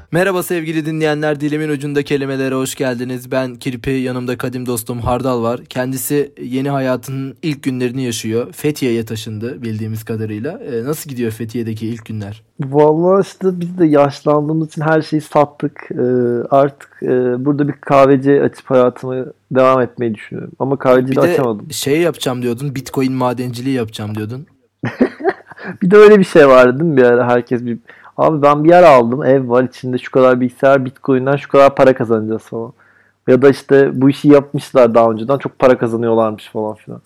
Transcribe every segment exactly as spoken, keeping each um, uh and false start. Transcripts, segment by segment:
Merhaba sevgili dinleyenler, dilimin ucunda kelimelere hoş geldiniz. Ben Kirpi, yanımda kadim dostum Hardal var. Kendisi yeni hayatının ilk günlerini yaşıyor. Fethiye'ye taşındı bildiğimiz kadarıyla. Ee, nasıl gidiyor Fethiye'deki ilk günler? Vallahi işte biz de yaşlandığımız için her şeyi sattık. Ee, artık e, burada bir kahveci açıp hayatımı devam etmeyi düşünüyorum. Ama kahveciyi Bir de de açamadım. şey yapacağım diyordun, Bitcoin madenciliği yapacağım diyordun. Bir de öyle bir şey vardı değil mi bir ara herkes bir... Abi ben bir yer aldım, ev var içinde şu kadar bilgisayar, Bitcoin'den şu kadar para kazanacağız falan. Ya da işte bu işi yapmışlar daha önceden, çok para kazanıyorlarmış falan filan.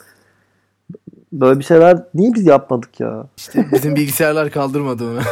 Böyle bir şeyler niye biz yapmadık ya? İşte bizim bilgisayarlar kaldırmadı onu.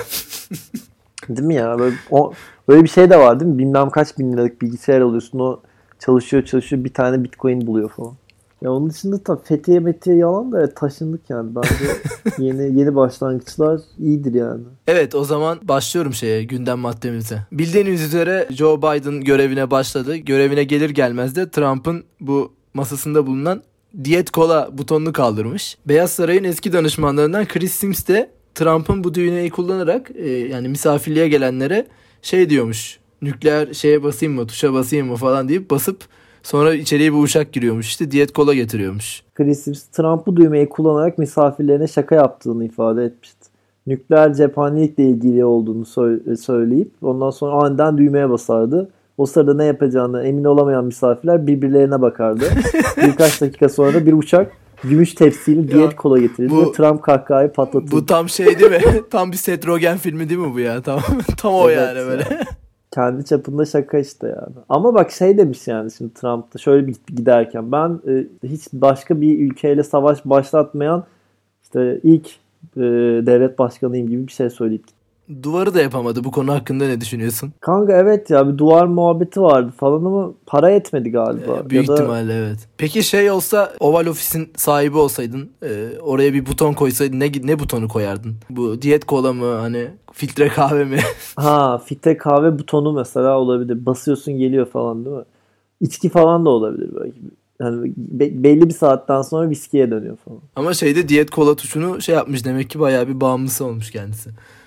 Değil mi ya? Böyle, o, böyle bir şey de var değil mi? Bilmem kaç bin liralık bilgisayar alıyorsun, o çalışıyor çalışıyor bir tane Bitcoin buluyor falan. Ya onun dışında tabii Fethiye Metiye yalan da evet, taşındık yani. Bence yeni yeni başlangıçlar iyidir yani. Evet, o zaman başlıyorum şeye, gündem maddemize. Bildiğiniz üzere Joe Biden görevine başladı. Görevine gelir gelmez de Trump'ın bu masasında bulunan diyet kola butonunu kaldırmış. Beyaz Saray'ın eski danışmanlarından Chris Sims de Trump'ın bu düğmeyi kullanarak e, yani misafirliğe gelenlere şey diyormuş. Nükleer şeye basayım mı, tuşa basayım mı falan deyip basıp sonra içeriye bir uçak giriyormuş, işte diyet kola getiriyormuş. Chris Sims Trump bu düğmeyi kullanarak misafirlerine şaka yaptığını ifade etmişti. Nükleer cephanelikle ilgili olduğunu söyleyip ondan sonra aniden düğmeye basardı. O sırada ne yapacağını emin olamayan misafirler birbirlerine bakardı. Birkaç dakika sonra bir uçak gümüş tepsiyle diyet kola getirirdi bu, ve Trump kahkahayı patlatırdı. Bu tam şey değil mi? Tam bir Seth Rogen filmi değil mi bu ya? Tam, tam o evet yani böyle. Ya. Kendi çapında şaka işte yani. Ama bak şey demiş yani şimdi Trump'ta şöyle bir giderken ben e, hiç başka bir ülkeyle savaş başlatmayan işte ilk e, devlet başkanıyım gibi bir şey söyleyip Duvarı da yapamadı. Bu konu hakkında ne düşünüyorsun? Kanka evet ya, bir duvar muhabbeti vardı falan ama para etmedi galiba. Ee, büyük ya da... ihtimalle evet. Peki şey olsa, Oval Ofis'in sahibi olsaydın, e, oraya bir buton koysaydın ne ne butonu koyardın? Bu diyet kola mı, hani filtre kahve mi? ha filtre kahve butonu mesela olabilir. Basıyorsun geliyor falan değil mi? İçki falan da olabilir belki. Yani be- belli bir saatten sonra viskiye dönüyor falan. Ama şeyde diyet kola tuşunu şey yapmış, demek ki bayağı bir bağımlısı olmuş kendisi.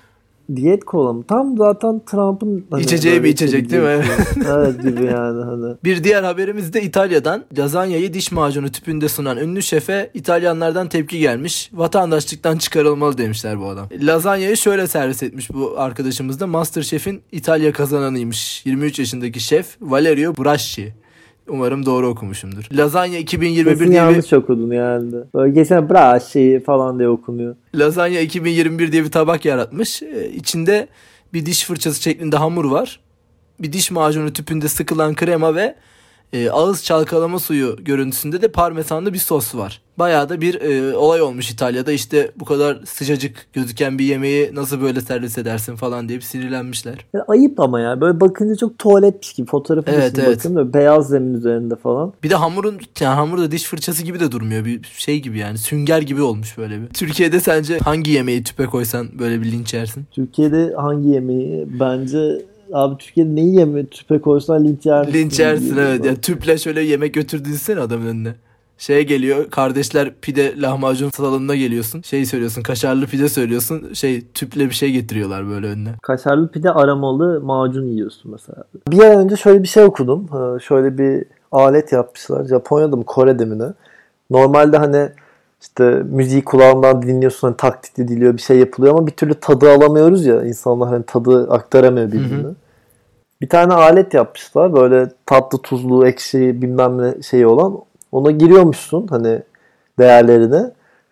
Diyet kola mı? Tam zaten Trump'ın hani İçeceği bir içecek değil mi? Evet gibi yani hani. Bir diğer haberimiz de İtalya'dan. Lazanyayı diş macunu tüpünde sunan ünlü şefe İtalyanlardan tepki gelmiş. Vatandaşlıktan çıkarılmalı demişler bu adam. Lazanyayı şöyle servis etmiş bu arkadaşımız da. MasterChef'in İtalya kazananıymış. yirmi üç yaşındaki şef Valerio Braschi. Umarım doğru okumuşumdur. Lazanya iki bin yirmi bir Kesin diye yanlış bir... okudun yani. Böyle geçen Braschi falan diye okunuyor. Lazanya iki bin yirmi bir diye bir tabak yaratmış. Ee, içinde bir diş fırçası şeklinde hamur var. Bir diş macunu tüpünde sıkılan krema ve e, ağız çalkalama suyu görüntüsünde de parmesanlı bir sos var. Bayağı da bir e, olay olmuş İtalya'da. İşte bu kadar sıcacık gözüken bir yemeği nasıl böyle servis edersin falan deyip sinirlenmişler. Ya ayıp ama ya. Böyle bakınca çok tuvaletmiş gibi. Fotoğrafı evet, evet. Bakın da beyaz zemin üzerinde falan. Bir de hamurun, yani hamur da diş fırçası gibi de durmuyor. Bir şey gibi yani, sünger gibi olmuş böyle bir. Türkiye'de sence hangi yemeği tüpe koysan böyle bir linç yersin? Türkiye'de hangi yemeği? Bence abi Türkiye'de neyi yeme tüpe koysan linç yersin. Linç yersin evet. Ya tüple şöyle yemek götürdüğünü adamın önüne. Şeye geliyor, kardeşler pide lahmacun salonuna geliyorsun. Şey söylüyorsun, kaşarlı pide söylüyorsun. Şey, tüple bir şey getiriyorlar böyle önüne. Kaşarlı pide aramalı macun yiyorsun mesela. Bir ay önce şöyle bir şey okudum. Şöyle bir alet yapmışlar. Japonya'da mı Kore'de mi ne? Normalde hani işte müziği kulağından dinliyorsun, hani taklit ediliyor, bir şey yapılıyor ama bir türlü tadı alamıyoruz ya. İnsanlar hani tadı aktaramıyor birbirine. Hı hı. Bir tane alet yapmışlar. Böyle tatlı, tuzlu, ekşi bilmem ne şeyi olan. Ona giriyormuşsun hani değerlerine.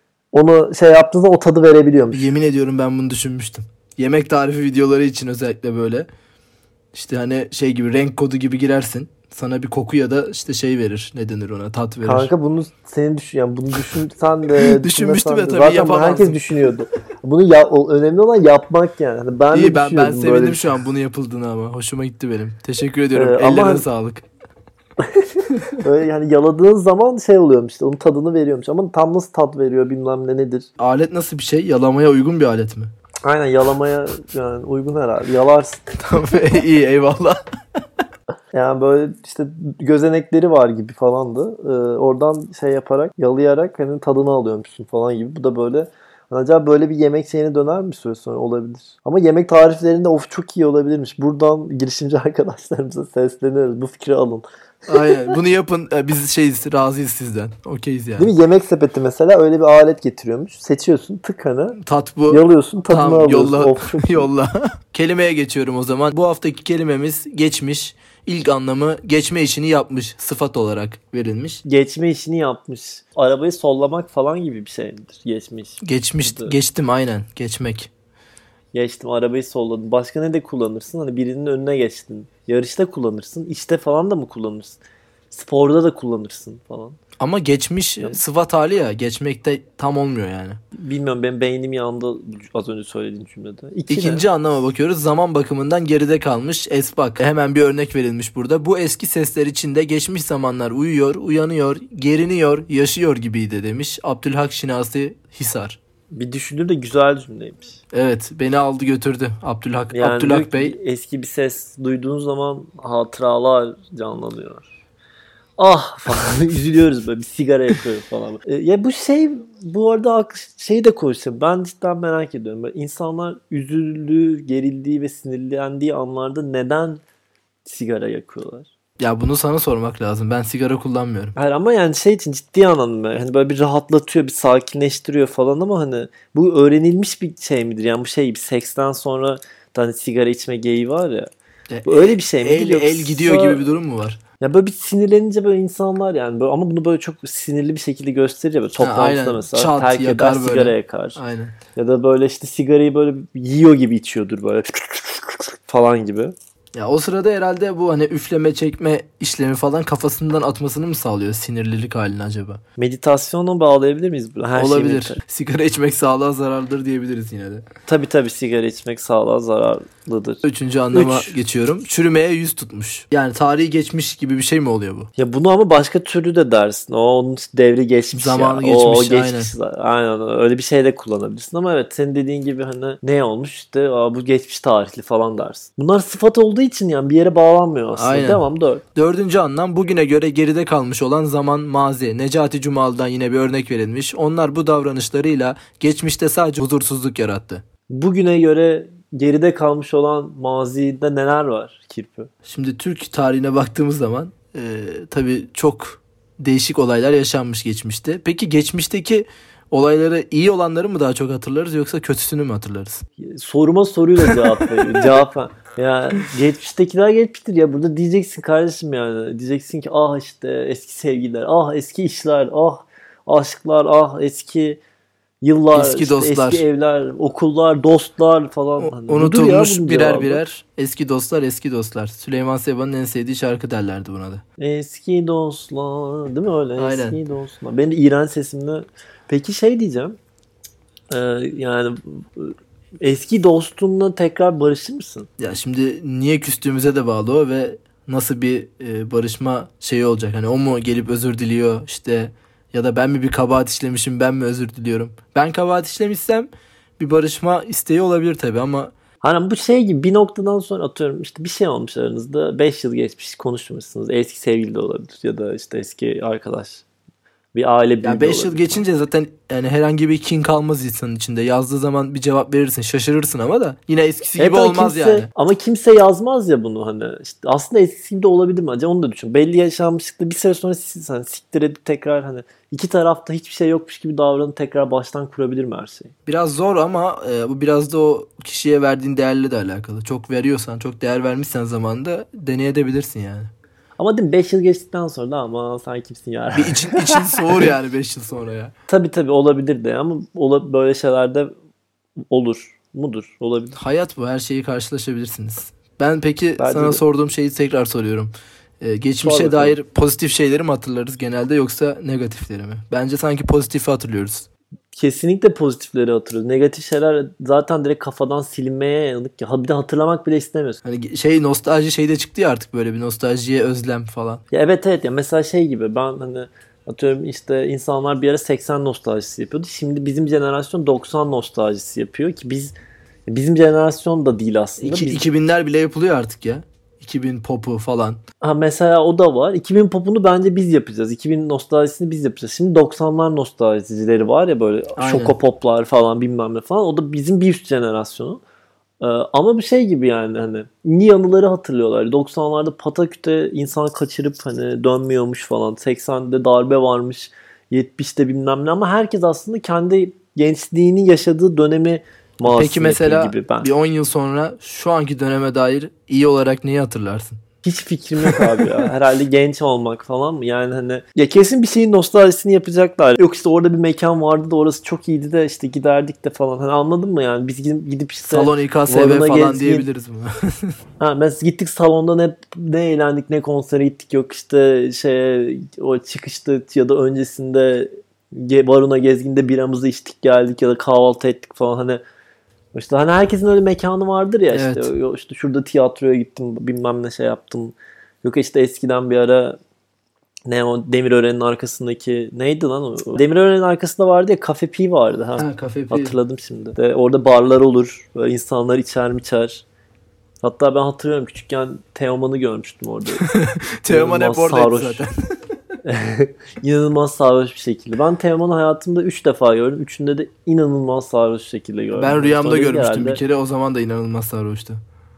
Onu şey yaptığında o tadı verebiliyormuş. Yemin ediyorum ben bunu düşünmüştüm. Yemek tarifi videoları için özellikle böyle. İşte hani şey gibi, renk kodu gibi girersin. Sana bir koku ya da işte şey verir. Ne denir ona? Tat verir. Kanka bunu senin düşün yani bunu düşünsen de düşünmüştüm ya tabii, zaten yapamazdım. Herkes düşünüyordu. Bunu ya, önemli olan yapmak yani. Hani ben İyi, de ben ben sevindim böyle şu an bunu yapıldığını ama. Hoşuma gitti benim. Teşekkür ediyorum. Ee, Ellerine ama... sağlık. Böyle yani yaladığın zaman şey oluyormuş işte, onun tadını veriyormuş ama tam nasıl tat veriyor bilmem ne nedir. Alet nasıl bir şey? Yalamaya uygun bir alet mi? Aynen, yalamaya yani uygun herhalde. Yalarsın. Tamam, iyi, eyvallah. Yani böyle işte gözenekleri var gibi falandı. Ee, oradan şey yaparak, yalayarak hani tadını alıyormuşsun falan gibi. Bu da böyle Acaba böyle bir yemek şeyine döner mi bir süre sonra? Olabilir. Ama yemek tariflerinde of çok iyi olabilirmiş. Buradan girişimci arkadaşlarımıza sesleniyoruz. Bu fikri alın. Aynen. Bunu yapın. Biz şeyiz, razıyız sizden. Okeyiz yani. Değil mi? Yemek sepeti mesela öyle bir alet getiriyormuş. Seçiyorsun, tık hani. Tat bu. Yalıyorsun, tadını Tam, alıyorsun. yolla. Of çok iyi. Yolla. Kelimeye geçiyorum o zaman. Bu haftaki kelimemiz geçmiş. İlk anlamı geçme işini yapmış. Sıfat olarak verilmiş. Geçme işini yapmış. Arabayı sollamak falan gibi bir şey midir? Geçmiş. Geçmiş. Burada. Geçtim aynen. Geçmek. Geçtim, arabayı solladım. Başka ne de kullanırsın? Hani birinin önüne geçtin. Yarışta kullanırsın. İşte falan da mı kullanırsın? Sporda da kullanırsın falan. Ama geçmiş Ya. sıfat hali ya. Geçmekte tam olmuyor yani. Bilmiyorum, benim beynim yandı az önce söylediğin cümlede. İki İkinci ne? anlama bakıyoruz. Zaman bakımından geride kalmış esbak. Hemen bir örnek verilmiş burada. Bu eski sesler içinde geçmiş zamanlar uyuyor, uyanıyor, geriniyor, yaşıyor gibiydi demiş. Abdülhak Şinasi Hisar. Bir düşünür de güzel cümleymiş. Evet, beni aldı götürdü Abdülhak, Yani Abdülhak Bey. eski bir ses duyduğun zaman hatıralar canlanıyor. Ah falan üzülüyoruz böyle, bir sigara yakıyoruz falan. E, ya bu şey, bu arada şey de konuşuyor. Ben cidden merak ediyorum. Böyle insanlar üzüldüğü, gerildiği ve sinirlendiği anlarda neden sigara yakıyorlar? Ya bunu sana sormak lazım. Ben sigara kullanmıyorum. Hayır ama yani şey için ciddi anlamda hani böyle bir rahatlatıyor, bir sakinleştiriyor falan ama hani bu öğrenilmiş bir şey midir? Yani bu şey gibi seksten sonra da hani sigara içme geyiği var ya. Bu öyle bir şey midir? El, Yoksa... el gidiyor gibi bir durum mu var? Ya böyle bir sinirlenince böyle insanlar yani böyle, ama bunu böyle çok sinirli bir şekilde gösteriyor böyle toplantıda mesela Çat, terk eder, sigara yakar. Aynen. Ya da böyle işte sigarayı böyle yiyor gibi içiyordur böyle falan gibi. Ya o sırada herhalde bu hani üfleme çekme işlemi falan kafasından atmasını mı sağlıyor sinirlilik halini acaba? Meditasyona bağlayabilir miyiz bunu? Her Olabilir. Şey sigara içmek sağlığa zararlıdır diyebiliriz yine de. tabii tabii sigara içmek sağlığa zararlıdır. Üçüncü anlama Üç. geçiyorum. Çürümeye yüz tutmuş. Yani tarihi geçmiş gibi bir şey mi oluyor bu? Ya bunu ama başka türlü de dersin. O onun devri geçmiş. Zamanı ya. geçmiş, o, o geçmiş. Aynen. aynen öyle bir şey de kullanabilirsin ama evet senin dediğin gibi hani ne olmuş işte Aa, bu geçmiş tarihli falan dersin. Bunlar sıfat olduğu için yani bir yere bağlanmıyor aslında. Aynen. Devam dört. Dördüncü anlam bugüne göre geride kalmış olan zaman mazi. Necati Cumal'dan yine bir örnek verilmiş. Onlar bu davranışlarıyla geçmişte sadece huzursuzluk yarattı. Bugüne göre geride kalmış olan mazide neler var Kirpi? Şimdi Türk tarihine baktığımız zaman e, tabii çok değişik olaylar yaşanmış geçmişte. Peki geçmişteki olayları iyi olanları mı daha çok hatırlarız yoksa kötüsünü mü hatırlarız? Soruma soruyla cevap veriyor. Cevap ya geçmiştekiler geçmiştir ya. Burada diyeceksin kardeşim yani. Diyeceksin ki ah işte eski sevgililer, ah eski işler, ah aşklar, ah eski yıllar, Eski işte dostlar. eski evler, okullar, dostlar falan. O, Hani unutulmuş ya birer cevabı. birer eski dostlar eski dostlar. Süleyman Seba'nın en sevdiği şarkı derlerdi buna da. Eski dostlar değil mi öyle? Aynen. Eski dostlar. Benim de iğrenç sesimle. Peki şey diyeceğim. Ee, yani eski dostunla tekrar barışır mısın? Ya şimdi niye küstüğümüze de bağlı o ve nasıl bir e, barışma şeyi olacak. Hani o mu gelip özür diliyor işte ya da ben mi bir kabahat işlemişim ben mi özür diliyorum. Ben kabahat işlemişsem bir barışma isteği olabilir tabii ama Hani bu şey gibi bir noktadan sonra atıyorum işte bir şey olmuş aranızda beş yıl geçmiş konuşmamışsınız. Eski sevgili de olabilir ya da işte eski arkadaş. Bir aile büyüğü ya beş yıl geçince zaten yani herhangi bir kin kalmaz insanın içinde. Yazdığı zaman bir cevap verirsin, şaşırırsın ama da yine eskisi gibi evet, olmaz kimse, yani. Ama kimse yazmaz ya bunu hani. İşte aslında eskisi gibi de olabilir mi acaba onu da düşün. Belli yaşanmışlıkta bir süre sonra siz hani siktir edip tekrar hani iki tarafta hiçbir şey yokmuş gibi davranıp tekrar baştan kurabilir mi her şeyi? Biraz zor ama e, bu biraz da o kişiye verdiğin değerle de alakalı. Çok veriyorsan, çok değer vermişsen zamanında deneyebilirsin yani. Ama değil mi beş yıl geçtikten sonra da ama sen kimsin ya? Bir için, için soğur yani beş yıl sonra ya. Tabii tabii olabilir de ama ola, böyle şeylerde olur mudur? Olabilir. Hayat bu. Her şeyi karşılaşabilirsiniz. Ben peki Bence sana de. sorduğum şeyi tekrar soruyorum. Ee, geçmişe Sor dair pozitif şeyleri mi hatırlarız genelde yoksa negatifleri mi? Bence sanki pozitifi hatırlıyoruz. Kesinlikle pozitifleri hatırlıyoruz. Negatif şeyler zaten direkt kafadan silinmeye yanık ya. Bir de hatırlamak bile istemiyorsun. Hani şey nostalji şey de çıktı ya artık böyle bir nostaljiye özlem falan. Ya evet evet ya mesela şey gibi ben hani atıyorum işte insanlar bir ara seksen nostaljisi yapıyordu. Şimdi bizim jenerasyon doksan nostaljisi yapıyor ki biz bizim jenerasyon da değil aslında. İki, Biz... iki binler bile yapılıyor artık ya. iki bin popu falan. Ha mesela o da var. iki bin popunu bence biz yapacağız. iki bin nostaljisini biz yapacağız. Şimdi doksanlar nostaljicileri var ya böyle Aynen. şokopoplar falan bilmem ne falan. O da bizim bir üst jenerasyonu. Ee, ama bir şey gibi yani hani iyi anıları hatırlıyorlar. doksanlarda pataküte insan kaçırıp hani dönmüyormuş falan. seksende darbe varmış. yetmişte bilmem ne ama herkes aslında kendi gençliğini yaşadığı dönemi masum Peki mesela gibi ben. bir on yıl sonra şu anki döneme dair iyi olarak neyi hatırlarsın? Hiç fikrim yok abi ya. Herhalde genç olmak falan mı? Yani hani ya kesin bir şeyin nostaljisini yapacaklar. Yok işte orada bir mekan vardı da orası çok iyiydi de işte giderdik de falan. Hani anladın mı yani? Biz gidip, gidip işte Salon İ K S V falan gezgin diyebiliriz bunu. Ha mesela gittik salonda ne ne eğlendik ne konsere gittik. Yok işte şey o çıkışta ya da öncesinde Baruna Gezgin'de biramızı içtik geldik ya da kahvaltı ettik falan hani. İşte hani herkesin öyle mekanı vardır ya işte, evet. işte şurada tiyatroya gittim bilmem ne şey yaptım. Yok işte eskiden bir ara ne o Demirören'in arkasındaki neydi lan o? Demirören'in arkasında vardı ya Cafe Pi vardı. Ha, ha Cafe Pi. Hatırladım şimdi. De, orada barlar olur. Böyle insanlar içer mi içer. Hatta ben hatırlıyorum küçükken Teoman'ı görmüştüm orada. Teoman hep oradaydı zaten. İnanılmaz sarhoş bir şekilde. Ben Teoman'ı hayatımda üç defa gördüm. Üçünde de inanılmaz sarhoş bir şekilde gördüm. Ben rüyamda Sonra görmüştüm herhalde... bir kere. O zaman da inanılmaz sarhoştu.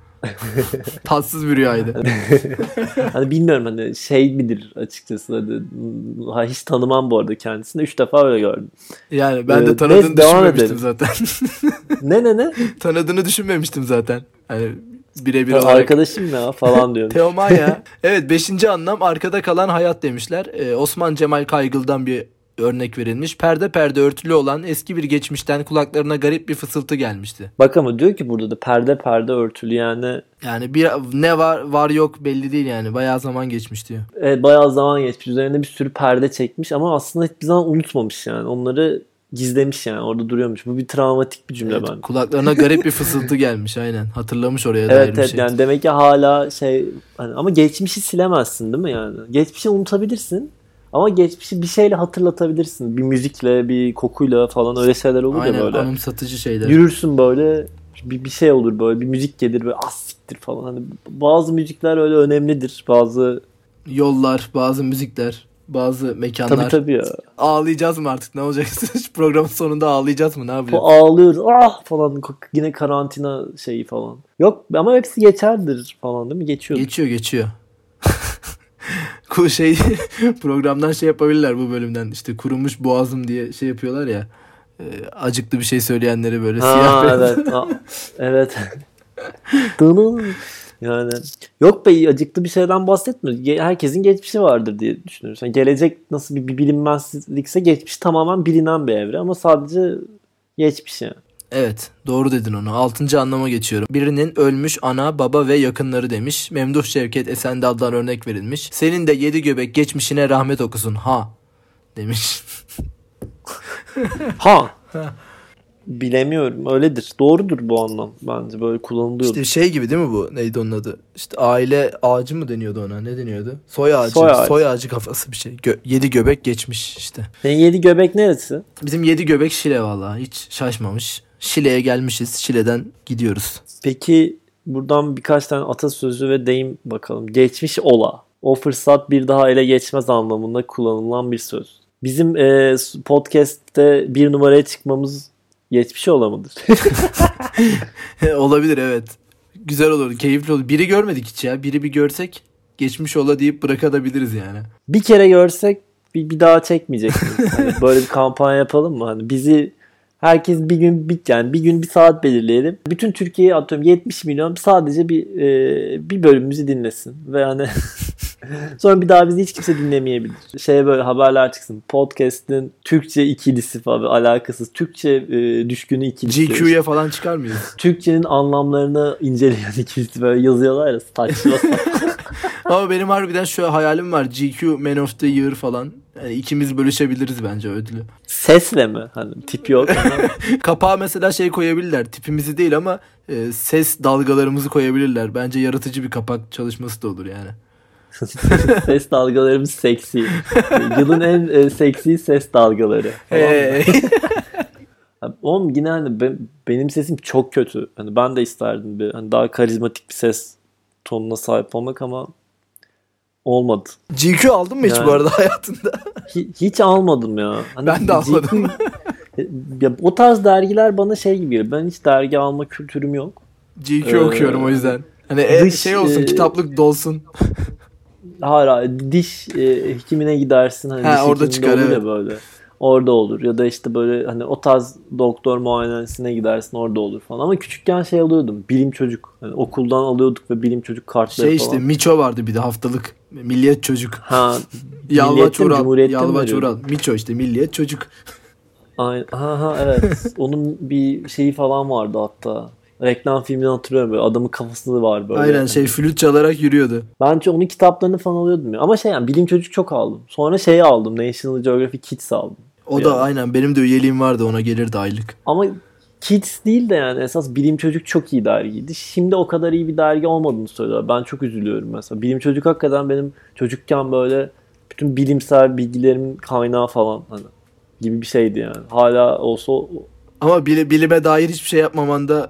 Tatsız bir rüyaydı. Hani bilmiyorum hani şey midir açıkçası. Hani, hiç tanımam bu arada kendisini. Üç defa öyle gördüm. Yani ben de ee, tanıdığını neyse, düşünmemiştim zaten. ne ne ne? Tanıdığını düşünmemiştim zaten. Hani birebir ya olarak. Arkadaşım ya falan diyorum. Teoman ya. Evet, beşinci anlam arkada kalan hayat demişler. Ee, Osman Cemal Kaygıl'dan bir örnek verilmiş. Perde perde örtülü olan eski bir geçmişten kulaklarına garip bir fısıltı gelmişti. Bak ama diyor ki burada da perde perde örtülü yani. Yani bir ne var var yok belli değil yani. Bayağı zaman geçmiş diyor. Evet, bayağı zaman geçmiş. Üzerine bir sürü perde çekmiş ama aslında hiçbir zaman unutmamış yani. Onları gizlemiş yani. Orada duruyormuş. Bu bir travmatik bir cümle evet, bence. Kulaklarına garip bir fısıltı gelmiş aynen. Hatırlamış oraya evet, dair bir evet, şey. Yani demek ki hala şey hani ama geçmişi silemezsin değil mi yani? Geçmişi unutabilirsin. Ama geçmişi bir şeyle hatırlatabilirsin. Bir müzikle, bir kokuyla falan öyle şeyler olur aynen, ya böyle. Aynen, anımsatıcı şeyler. Yürürsün böyle bir, bir şey olur böyle. Bir müzik gelir böyle az siktir falan. Hani bazı müzikler öyle önemlidir. Bazı yollar, bazı müzikler, bazı mekanlar. Tabii tabii ya. Ağlayacağız mı artık? Ne olacak? Programın sonunda ağlayacağız mı? Ne yapacağız? Ağlıyoruz. Ah falan. Yine karantina şeyi falan. Yok ama hepsi geçerdir falan değil mi? Geçiyor. Geçiyor geçiyor. şey programdan şey yapabilirler bu bölümden. İşte kurumuş boğazım diye şey yapıyorlar ya. E, acıklı bir şey söyleyenleri böyle ha, siyah beyaz. Evet. Ha, evet. Yani yok be acıklı bir şeyden bahsetmiyoruz. Herkesin geçmişi vardır diye düşünüyoruz. Yani gelecek nasıl bir, bir bilinmezlikse geçmiş tamamen bilinen bir evre ama sadece geçmiş yani. Evet, doğru dedin onu. Altıncı anlama geçiyorum. Birinin ölmüş ana, baba ve yakınları demiş. Memduh Şevket Esendal'dan örnek verilmiş. Senin de yedi göbek geçmişine rahmet okusun ha demiş. ha. Bilemiyorum. Öyledir. Doğrudur bu anlam. Bence böyle kullanılıyor. İşte şey gibi değil mi bu? Neydi onun adı? İşte aile ağacı mı deniyordu ona? Ne deniyordu? Soy ağacı. Soy ağacı, Soy ağacı kafası bir şey. Gö- yedi göbek geçmiş işte. Senin yedi göbek neresi? Bizim yedi göbek Şile vallahi. Hiç şaşmamış. Şile'ye gelmişiz. Şile'den gidiyoruz. Peki buradan birkaç tane atasözü ve deyim bakalım. Geçmiş ola. O fırsat bir daha ele geçmez anlamında kullanılan bir söz. Bizim e, podcast'te bir numaraya çıkmamız geçmiş ola mıdır? Olabilir evet. Güzel olur, keyifli olur. Biri görmedik hiç ya. Biri bir görsek geçmiş ola deyip bırakabiliriz yani. Bir kere görsek bir, bir daha çekmeyecek miyiz? Yani böyle bir kampanya yapalım mı? Hani bizi herkes bir gün bir yani bir gün bir saat belirleyelim. Bütün Türkiye'ye atıyorum yetmiş milyon sadece bir e, bir bölümümüzü dinlesin ve yani sonra bir daha bizi hiç kimse dinlemeyebilir. Şeye böyle haberler çıksın. Podcast'ın Türkçe ikilisi falan alakasız. Türkçe e, düşkünü ikilisi. G Q'ya falan çıkar mıyız? Türkçenin anlamlarını inceleyen ikilisi böyle yazıyorlar ya saçma. Ama benim harbiden şu hayalim var. G Q Man of the Year falan. Yani ikimiz bölüşebiliriz bence ödülü. Sesle mi? Hani tip yok. Kapağa mesela şey koyabilirler. Tipimizi değil ama e, ses dalgalarımızı koyabilirler. Bence yaratıcı bir kapak çalışması da olur yani. Ses dalgalarımız seksi. Yılın en e, seksi ses dalgaları. Hey. Oğlum yine hani be, benim sesim çok kötü. Hani ben de isterdim bir hani daha karizmatik bir ses tonuna sahip olmak ama olmadı. G Q aldın mı hiç Yani- bu arada hayatında? Hi- hiç almadım ya. Hani Ben de almadım. G Q ya, o tarz dergiler bana şey gibi geliyor. Ben hiç dergi alma kültürüm yok. G Q Ee, okuyorum o yüzden. Hani e, dış, şey olsun, e, kitaplık dolsun. Hayır, hayır. Diş e, hekimine gidersin. Hani Ha, diş orada hekiminde çıkar, olur evet. ya böyle. Orada olur. Ya da işte böyle hani o tarz doktor muayenesine gidersin, orada olur falan. Ama küçükken şey alıyordum. Bilim çocuk. Hani okuldan alıyorduk ve bilim çocuk kartları Şey falan. işte Miço vardı bir de haftalık. Milliyet çocuk. Ha, Yalvaç Milliyet'te mi, Ural. Cumhuriyet'te mi Yalvaç veriyordu? Ural. Miço işte milliyet çocuk. Aynen. Ha ha, evet. Onun bir şeyi falan vardı hatta. Reklam filmini hatırlıyorum böyle. Adamın kafası var böyle. Aynen şey flüt çalarak yürüyordu. Bence onun kitaplarını falan alıyordum ya. Ama şey yani bilim çocuk çok aldım. Sonra şeyi aldım. National Geographic Kids aldım. O da Yani. aynen benim de üyeliğim vardı, ona gelirdi aylık. Ama Kids değil de yani esas Bilim Çocuk çok iyi dergiydi. Şimdi o kadar iyi bir dergi olmadığını söylüyorlar. Ben çok üzülüyorum mesela. Bilim Çocuk hakikaten benim çocukken böyle bütün bilimsel bilgilerimin kaynağı falan hani gibi bir şeydi yani. Hala olsa o- Ama bili- bilime dair hiçbir şey yapmaman da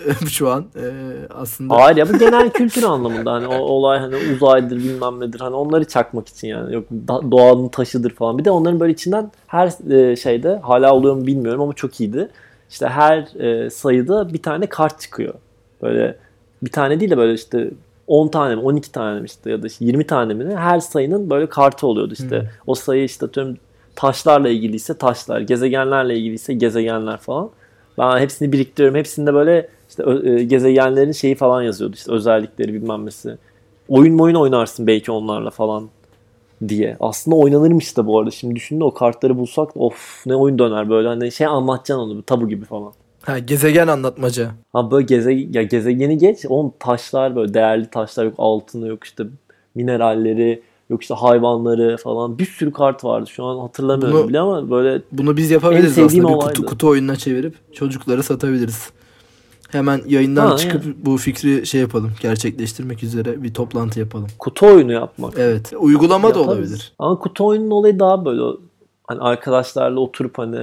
şu an e, aslında. hayır ya, bu genel kültür anlamında hani o olay hani uzaydır bilmem nedir hani onları çakmak için yani, yok da- doğanın taşıdır falan. Bir de onların böyle içinden her e, şeyde, hala oluyor mu bilmiyorum ama çok iyiydi. İşte her e, sayıda bir tane kart çıkıyor. Böyle bir tane değil de böyle işte on tane mi on iki tane mi işte ya da işte yirmi tane mi ne, her sayının böyle kartı oluyordu işte. Hmm. O sayı işte tüm taşlarla ilgiliyse taşlar, gezegenlerle ilgiliyse gezegenler falan. Ben hepsini biriktiriyorum. Hepsinde böyle işte ö- e, gezegenlerin şeyi falan yazıyordu. İşte özellikleri bilmem nesi. Oyun oyun oynarsın belki onlarla falan diye. Aslında oynanırmış da bu arada. Şimdi düşündüm, o kartları bulsak of ne oyun döner böyle. Hani şey anlatacaksın onu tabu gibi falan. Ha, gezegen anlatmaca. Ha böyle geze, ya gezegeni geç. Oğlum taşlar böyle değerli taşlar, yok altını, yok işte mineralleri, yok işte hayvanları falan. Bir sürü kart vardı. Şu an hatırlamıyorum Bunu- bile ama böyle Bunu biz En yapabiliriz sevdiğim aslında. Bir olaydı. kutu, kutu oyununa çevirip çocuklara satabiliriz. Hemen yayından Ha, çıkıp bu fikri şey yapalım. Gerçekleştirmek üzere bir toplantı yapalım. kutu oyunu yapmak. Evet. Uygulama da Yaparız. olabilir. Ama kutu oyunun olayı daha böyle hani arkadaşlarla oturup hani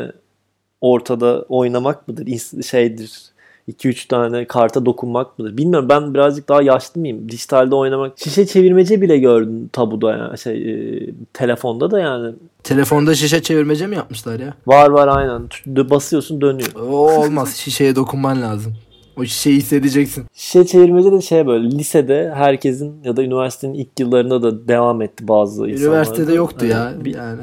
ortada oynamak mıdır? İns- Şeydir. iki üç tane karta dokunmak mıdır? Bilmiyorum, ben birazcık daha yaşlı mıyım? Dijitalde oynamak. Şişe çevirmece bile gördüm tabuda yani. Şey, e, telefonda da yani. Telefonda şişe çevirmece mi yapmışlar ya? Var var aynen. Dö- Basıyorsun dönüyor. O olmaz. Şişeye dokunman lazım. O şişeyi hissedeceksin. Şişe çevirmece de şey böyle lisede herkesin ya da üniversitenin ilk yıllarında da devam etti bazı insanlar. Üniversitede yoktu ya. Bir- Yani.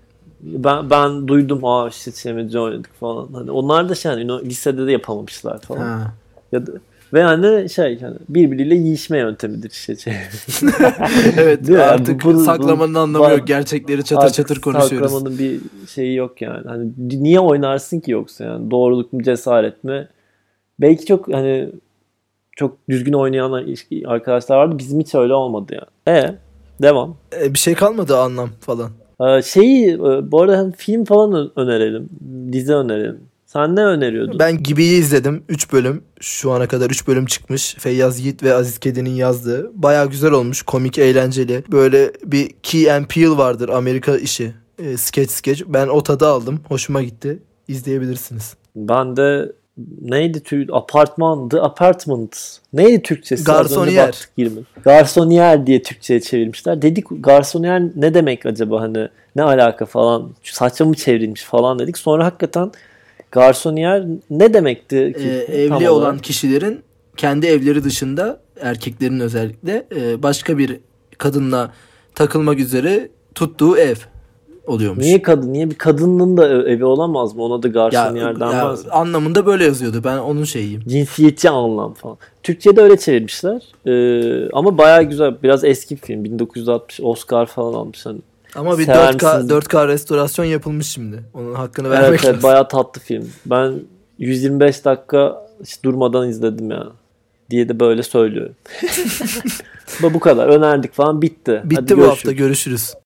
Ben ben duydum, aa işte çevirmece oynadık falan. Hani onlar da şey hani ünü- lisede de yapamamışlar falan. Ha. Ya da, ve hani şey hani birbiriyle yiyişme yöntemidir işte çevirmece. Evet, Değil mi? artık Bu- bu- saklamanın bu- anlamı var- yok. Gerçekleri çatır Artık çatır konuşuyoruz. saklamanın bir şeyi yok yani. Hani niye oynarsın ki yoksa yani, doğruluk mu cesaret mi? Belki çok hani çok düzgün oynayan arkadaşlar vardı. Bizim hiç öyle olmadı yani. E devam. E, bir şey kalmadı anlam falan. Ee, şeyi e, bu arada hani film falan ö- önerelim. Dizi önerelim. Sen ne öneriyordun? Ben Gibi'yi izledim. üç bölüm. Şu ana kadar üç bölüm çıkmış. Feyyaz Yiğit ve Aziz Kedi'nin yazdığı. Baya güzel olmuş. Komik, eğlenceli. Böyle bir Key and Peele vardır. Amerika işi. E, sketch sketch. Ben o tadı aldım. Hoşuma gitti. İzleyebilirsiniz. Ben de neydi tür apartman, The Apartment. Neydi Türkçesi? Az önce Garsoniyer. baktık yirmi. Garsoniyer diye Türkçe'ye çevirmişler. Dedik garsoniyer ne demek acaba, hani ne alaka falan. Saçma mı çevrilmiş falan dedik. Sonra hakikaten garsoniyer ne demekti ki? E, tam evli olarak? olan kişilerin kendi evleri dışında, erkeklerin özellikle e, başka bir kadınla takılmak üzere tuttuğu ev oluyormuş. Niye kadın? Niye bir kadının da evi olamaz mı? Ona da Ya, garsoniyer ya denmez mi? anlamında böyle yazıyordu. Ben onun şeyiyim. Cinsiyetçi anlam falan. Türkçe'de öyle çevirmişler. Ee, ama bayağı güzel. Biraz eski bir film. bin dokuz yüz altmış Oscar falan almış. Hani. Ama bir Sever dört K misiniz? dört K restorasyon yapılmış şimdi. Onun hakkını vermek Evet, evet, lazım. bayağı tatlı film. Ben yüz yirmi beş dakika hiç durmadan izledim ya. Diye de böyle söylüyorum. Bu bu kadar. Önerdik falan. Bitti. Bitti Hadi bu görüşürüz. hafta. Görüşürüz.